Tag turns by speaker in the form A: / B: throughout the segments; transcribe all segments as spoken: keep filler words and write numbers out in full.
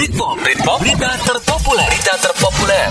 A: Britpop, Britpop, berita terpopuler, berita terpopuler.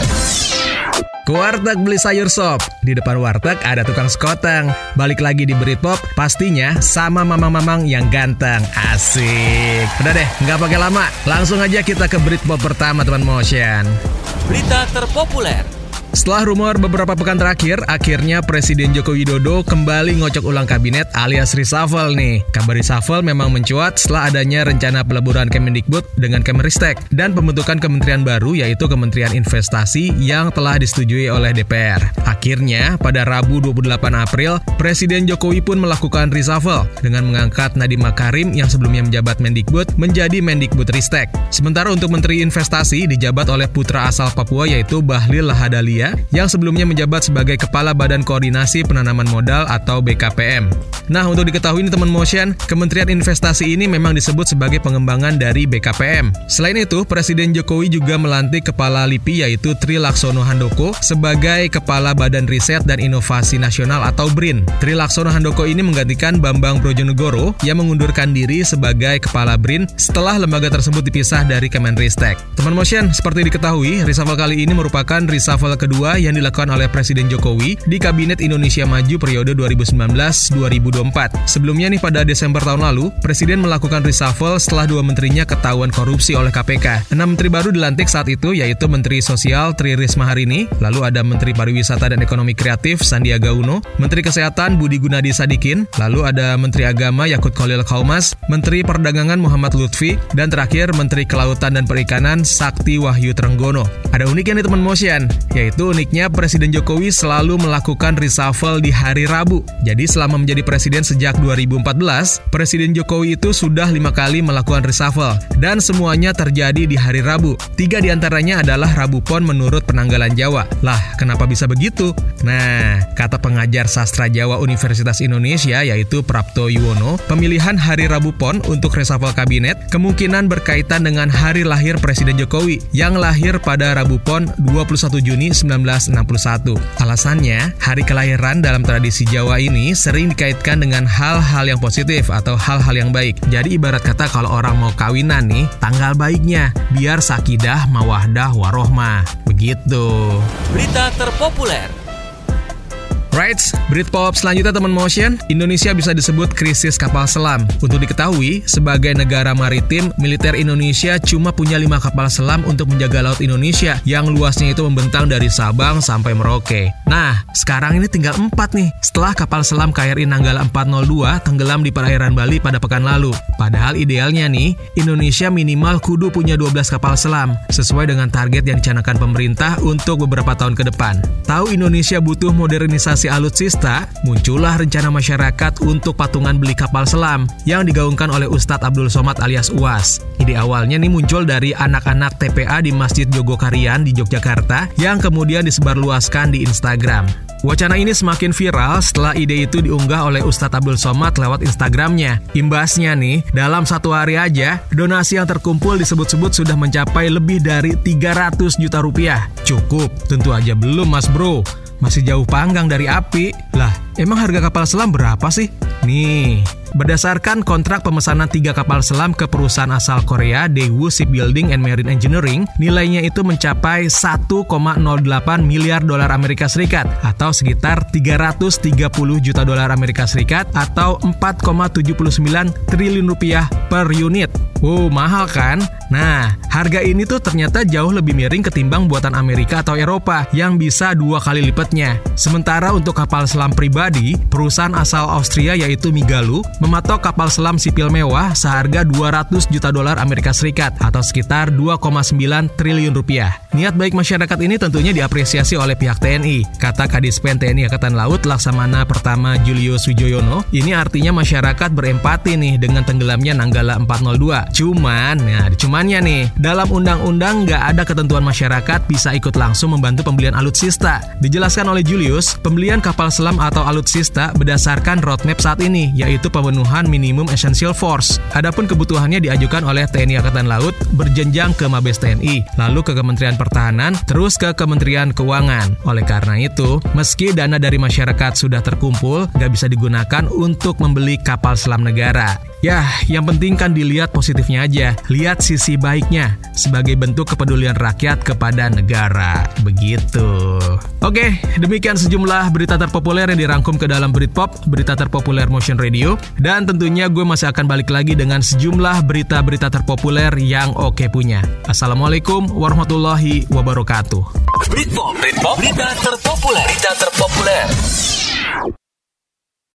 B: Ke warteg beli sayur sop. Di depan warteg ada tukang sekoteng. Balik lagi di Britpop, pastinya sama mamang-mamang yang ganteng. Asik. Udah deh, nggak pakai lama. Langsung aja kita ke Britpop pertama, teman motion.
A: Berita terpopuler.
B: Setelah rumor beberapa pekan terakhir, akhirnya Presiden Joko Widodo kembali ngocok ulang kabinet alias reshuffle nih. Kabar reshuffle memang mencuat setelah adanya rencana peleburan Kemendikbud dengan Kemenristek dan pembentukan kementerian baru yaitu Kementerian Investasi yang telah disetujui oleh D P R. Akhirnya, pada Rabu dua puluh delapan April, Presiden Jokowi pun melakukan reshuffle dengan mengangkat Nadiem Makarim yang sebelumnya menjabat Mendikbud menjadi Mendikbudristek. Sementara untuk Menteri Investasi dijabat oleh putra asal Papua yaitu Bahlil Lahadalia yang sebelumnya menjabat sebagai Kepala Badan Koordinasi Penanaman Modal atau B K P M. Nah, untuk diketahui nih teman motion, Kementerian Investasi ini memang disebut sebagai pengembangan dari B K P M. Selain itu, Presiden Jokowi juga melantik Kepala L I P I yaitu Tri Laksono Handoko sebagai Kepala Badan Riset dan Inovasi Nasional atau B R I N. Tri Laksono Handoko ini menggantikan Bambang Brojonegoro yang mengundurkan diri sebagai Kepala B R I N setelah lembaga tersebut dipisah dari Kemenristek. Teman motion, seperti diketahui, reshuffle kali ini merupakan reshuffle kedua yang dilakukan oleh Presiden Jokowi di Kabinet Indonesia Maju periode dua ribu sembilan belas sampai dua ribu dua puluh empat. Sebelumnya nih pada Desember tahun lalu, Presiden melakukan reshuffle setelah dua menterinya ketahuan korupsi oleh K P K. Enam menteri baru dilantik saat itu yaitu Menteri Sosial Tri Risma Harini, lalu ada Menteri Pariwisata dan Ekonomi Kreatif Sandiaga Uno, Menteri Kesehatan Budi Gunadi Sadikin, lalu ada Menteri Agama Yakut Khalil Qaumas, Menteri Perdagangan Muhammad Lutfi, dan terakhir Menteri Kelautan dan Perikanan Sakti Wahyu Trenggono. Ada uniknya nih teman motion, yaitu uniknya Presiden Jokowi selalu melakukan reshuffle di hari Rabu. Jadi selama menjadi presiden sejak dua ribu empat belas, Presiden Jokowi itu sudah lima kali melakukan reshuffle dan semuanya terjadi di hari Rabu. Tiga diantaranya adalah Rabu Pon menurut penanggalan Jawa. Lah, kenapa bisa begitu? Nah, kata pengajar sastra Jawa Universitas Indonesia yaitu Prapto Yuwono, pemilihan hari Rabu Pon untuk reshuffle kabinet kemungkinan berkaitan dengan hari lahir Presiden Jokowi yang lahir pada Rabu Pon dua puluh satu Juni seribu sembilan ratus enam puluh satu. Alasannya, hari kelahiran dalam tradisi Jawa ini sering dikaitkan dengan hal-hal yang positif atau hal-hal yang baik. Jadi ibarat kata kalau orang mau kawinan nih, tanggal baiknya biar sakidah mawaddah warohmah. Begitu.
A: Berita terpopuler.
B: Right, Britpop selanjutnya teman motion, Indonesia bisa disebut krisis kapal selam. Untuk diketahui, sebagai negara maritim, militer Indonesia cuma punya lima kapal selam untuk menjaga laut Indonesia yang luasnya itu membentang dari Sabang sampai Merauke. Nah, sekarang ini tinggal empat nih, setelah kapal selam K R I Nanggala empat nol dua tenggelam di perairan Bali pada pekan lalu. Padahal idealnya nih, Indonesia minimal kudu punya dua belas kapal selam, sesuai dengan target yang dicanangkan pemerintah untuk beberapa tahun ke depan. Tahu Indonesia butuh modernisasi alutsista, muncullah rencana masyarakat untuk patungan beli kapal selam yang digaungkan oleh Ustadz Abdul Somad alias U A S. Ide awalnya nih muncul dari anak-anak T P A di Masjid Jogokarian di Yogyakarta yang kemudian disebarluaskan di Instagram. Wacana ini semakin viral setelah ide itu diunggah oleh Ustadz Abdul Somad lewat Instagramnya. Imbasnya nih, dalam satu hari aja, donasi yang terkumpul disebut-sebut sudah mencapai lebih dari tiga ratus juta rupiah. Cukup? Tentu aja belum, Mas Bro. Masih jauh panggang dari api. Lah, emang harga kapal selam berapa sih? Nih, berdasarkan kontrak pemesanan tiga kapal selam ke perusahaan asal Korea, Daewoo Shipbuilding and Marine Engineering, nilainya itu mencapai satu koma nol delapan miliar dolar Amerika Serikat atau sekitar tiga ratus tiga puluh juta dolar Amerika Serikat atau empat koma tujuh sembilan triliun rupiah per unit. Wow, mahal kan? Nah, harga ini tuh ternyata jauh lebih miring ketimbang buatan Amerika atau Eropa yang bisa dua kali lipatnya. Sementara untuk kapal selam pribadi, perusahaan asal Austria yaitu Migalu mematok kapal selam sipil mewah seharga dua ratus juta dolar Amerika Serikat atau sekitar dua koma sembilan triliun rupiah. Niat baik masyarakat ini tentunya diapresiasi oleh pihak T N I. Kata Kadispen T N I Angkatan Laut Laksamana Pertama Julius Wijoyono, ini artinya masyarakat berempati nih dengan tenggelamnya Nanggala empat nol dua. Cuman, nah cumannya nih, dalam undang-undang nggak ada ketentuan masyarakat bisa ikut langsung membantu pembelian alutsista. Dijelaskan oleh Julius, pembelian kapal selam atau alutsista berdasarkan roadmap saat ini, yaitu pemenuhan minimum essential force. Adapun kebutuhannya diajukan oleh T N I Angkatan Laut berjenjang ke Mabes T N I, lalu ke Kementerian Pertahanan, terus ke Kementerian Keuangan. Oleh karena itu, meski dana dari masyarakat sudah terkumpul, nggak bisa digunakan untuk membeli kapal selam negara. Yah, yang penting kan dilihat positifnya aja. Lihat sisi baiknya. sebagai bentuk kepedulian rakyat kepada negara. Begitu. Oke, demikian sejumlah berita terpopuler yang dirangkum ke dalam Britpop, berita terpopuler Motion Radio. Dan tentunya gue masih akan balik lagi dengan sejumlah berita-berita terpopuler yang Oke punya. Assalamualaikum warahmatullahi wabarakatuh.
A: Britpop, Britpop, berita terpopuler, berita terpopuler.